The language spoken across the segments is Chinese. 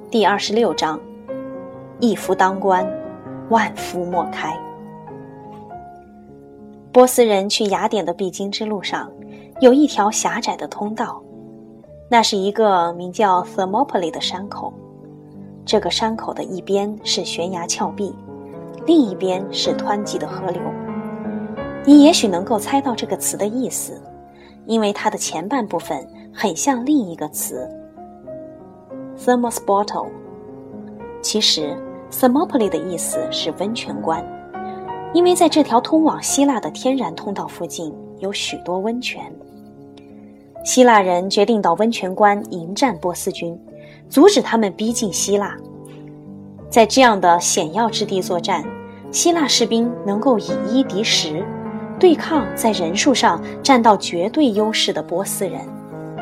第26章，一夫当关，万夫莫开。波斯人去雅典的必经之路上，有一条狭窄的通道，那是一个名叫 Thermopylae 的山口。这个山口的一边是悬崖峭壁，另一边是湍急的河流。你也许能够猜到这个词的意思，因为它的前半部分很像另一个词 Thermos bottle。 其实 Thermopylae 的意思是温泉关，因为在这条通往希腊的天然通道附近有许多温泉。希腊人决定到温泉关迎战波斯军，阻止他们逼近希腊。在这样的险要之地作战，希腊士兵能够以1敌10，对抗在人数上占到绝对优势的波斯人。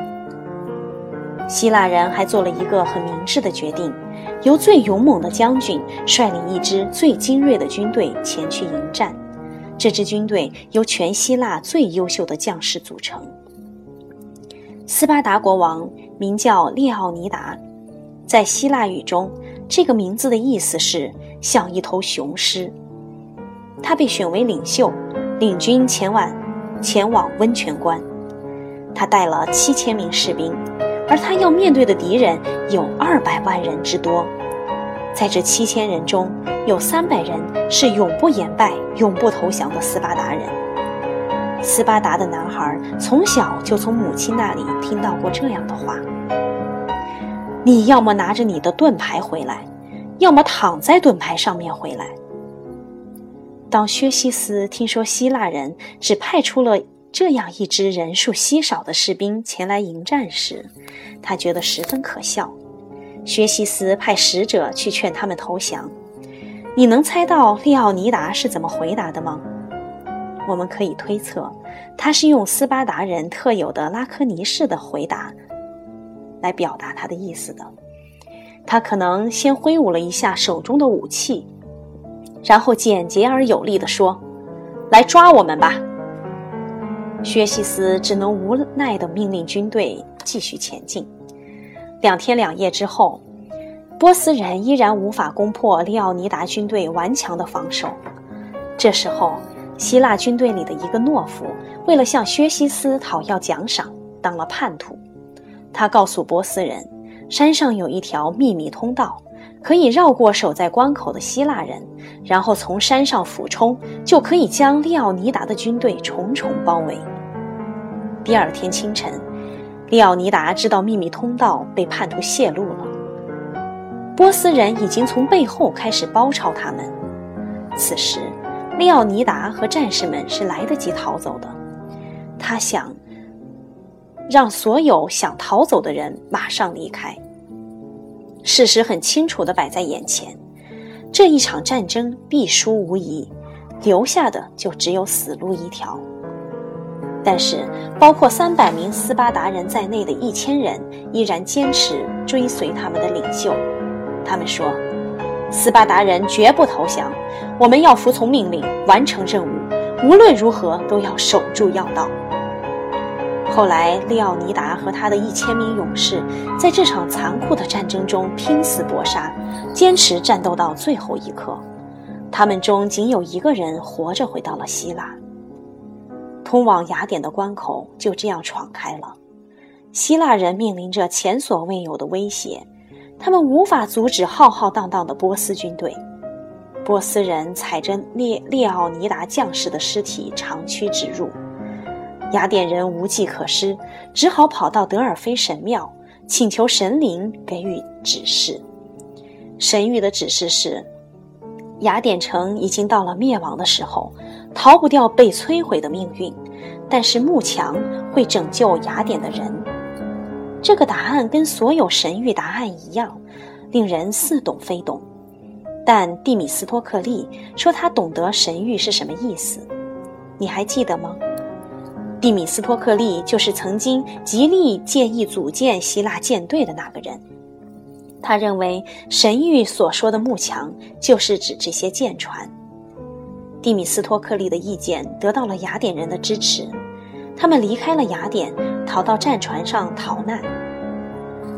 希腊人还做了一个很明智的决定，由最勇猛的将军率领一支最精锐的军队前去迎战。这支军队由全希腊最优秀的将士组成。斯巴达国王名叫列奥尼达，在希腊语中，这个名字的意思是像一头雄狮。他被选为领袖，领军前往温泉关。他带了7000名士兵，而他要面对的敌人有200万人之多。在这7000人中，有300人是永不言败、永不投降的斯巴达人。斯巴达的男孩从小就从母亲那里听到过这样的话：你要么拿着你的盾牌回来，要么躺在盾牌上面回来。当薛西斯听说希腊人只派出了这样一支人数稀少的士兵前来迎战时，他觉得十分可笑。薛西斯派使者去劝他们投降。你能猜到列奥尼达是怎么回答的吗？我们可以推测，他是用斯巴达人特有的拉科尼式的回答来表达他的意思的。他可能先挥舞了一下手中的武器，然后简洁而有力地说：来抓我们吧。薛西斯只能无奈地命令军队继续前进。2天2夜之后，波斯人依然无法攻破列奥尼达军队顽强的防守。这时候，希腊军队里的一个懦夫为了向薛西斯讨要奖赏，当了叛徒。他告诉波斯人，山上有一条秘密通道，可以绕过守在关口的希腊人，然后从山上俯冲，就可以将列奥尼达的军队重重包围。第2天清晨，列奥尼达知道秘密通道被叛徒泄露了。波斯人已经从背后开始包抄他们。此时，列奥尼达和战士们是来得及逃走的。他想让所有想逃走的人马上离开。事实很清楚地摆在眼前，这一场战争必输无疑，留下的就只有死路一条。但是包括300名斯巴达人在内的1000人依然坚持追随他们的领袖。他们说，斯巴达人绝不投降，我们要服从命令，完成任务，无论如何都要守住要道。后来列奥尼达和他的1000名勇士在这场残酷的战争中拼死搏杀，坚持战斗到最后一刻。他们中仅有1个人活着回到了希腊。通往雅典的关口就这样闯开了。希腊人面临着前所未有的威胁，他们无法阻止浩浩荡荡的波斯军队。波斯人踩着列奥尼达将士的尸体长驱直入。雅典人无计可施，只好跑到德尔菲神庙，请求神灵给予指示。神谕的指示是，雅典城已经到了灭亡的时候，逃不掉被摧毁的命运，但是幕墙会拯救雅典的人。这个答案跟所有神谕答案一样，令人似懂非懂。但蒂米斯托克利说他懂得神谕是什么意思，你还记得吗？蒂米斯托克利就是曾经极力建议组建希腊舰队的那个人。他认为神谕所说的幕墙就是指这些舰船。蒂米斯托克利的意见得到了雅典人的支持，他们离开了雅典，逃到战船上逃难。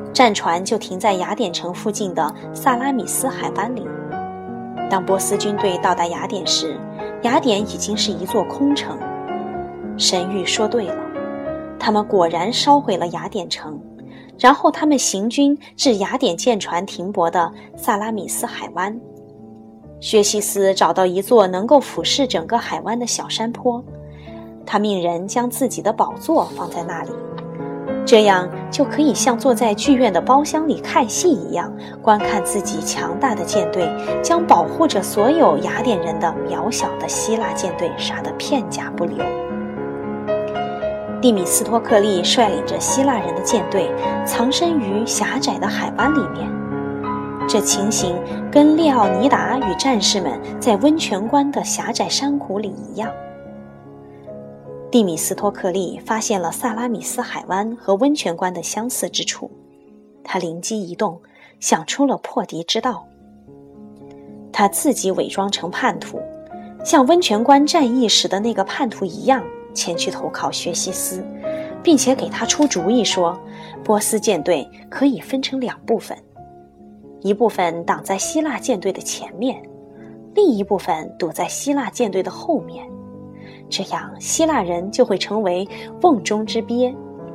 战船就停在雅典城附近的萨拉米斯海湾里。当波斯军队到达雅典时，雅典已经是一座空城。神谕说对了，他们果然烧毁了雅典城，然后他们行军至雅典舰船停泊的萨拉米斯海湾。薛西斯找到一座能够俯视整个海湾的小山坡，他命人将自己的宝座放在那里，这样就可以像坐在剧院的包厢里看戏一样，观看自己强大的舰队将保护着所有雅典人的渺小的希腊舰队杀得片甲不留。蒂米斯托克利率领着希腊人的舰队藏身于狭窄的海湾里面，这情形跟列奥尼达与战士们在温泉关的狭窄山谷里一样。蒂米斯托克利发现了萨拉米斯海湾和温泉关的相似之处，他灵机一动，想出了破敌之道。他自己伪装成叛徒，像温泉关战役时的那个叛徒一样前去投靠薛西斯，并且给他出主意说，波斯舰队可以分成2部分，一部分挡在希腊舰队的前面，另一部分躲在希腊舰队的后面，这样希腊人就会成为瓮中之鳖。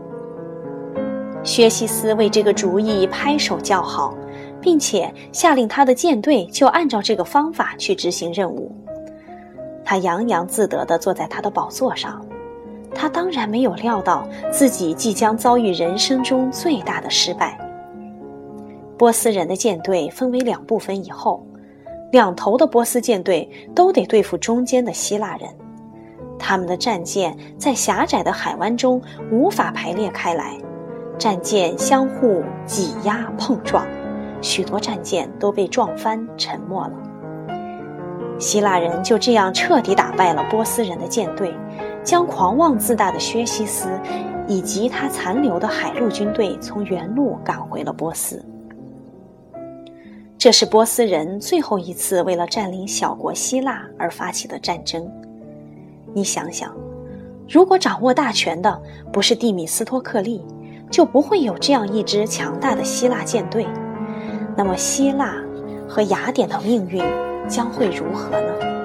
薛西斯为这个主意拍手叫好，并且下令他的舰队就按照这个方法去执行任务。他洋洋自得地坐在他的宝座上，他当然没有料到自己即将遭遇人生中最大的失败。波斯人的舰队分为2部分以后，2头的波斯舰队都得对付中间的希腊人，他们的战舰在狭窄的海湾中无法排列开来，战舰相互挤压碰撞，许多战舰都被撞翻沉没了。希腊人就这样彻底打败了波斯人的舰队，将狂妄自大的薛西斯以及他残留的海陆军队从原路赶回了波斯。这是波斯人最后一次为了占领小国希腊而发起的战争。你想想，如果掌握大权的不是蒂米斯托克利，就不会有这样一支强大的希腊舰队，那么希腊和雅典的命运将会如何呢？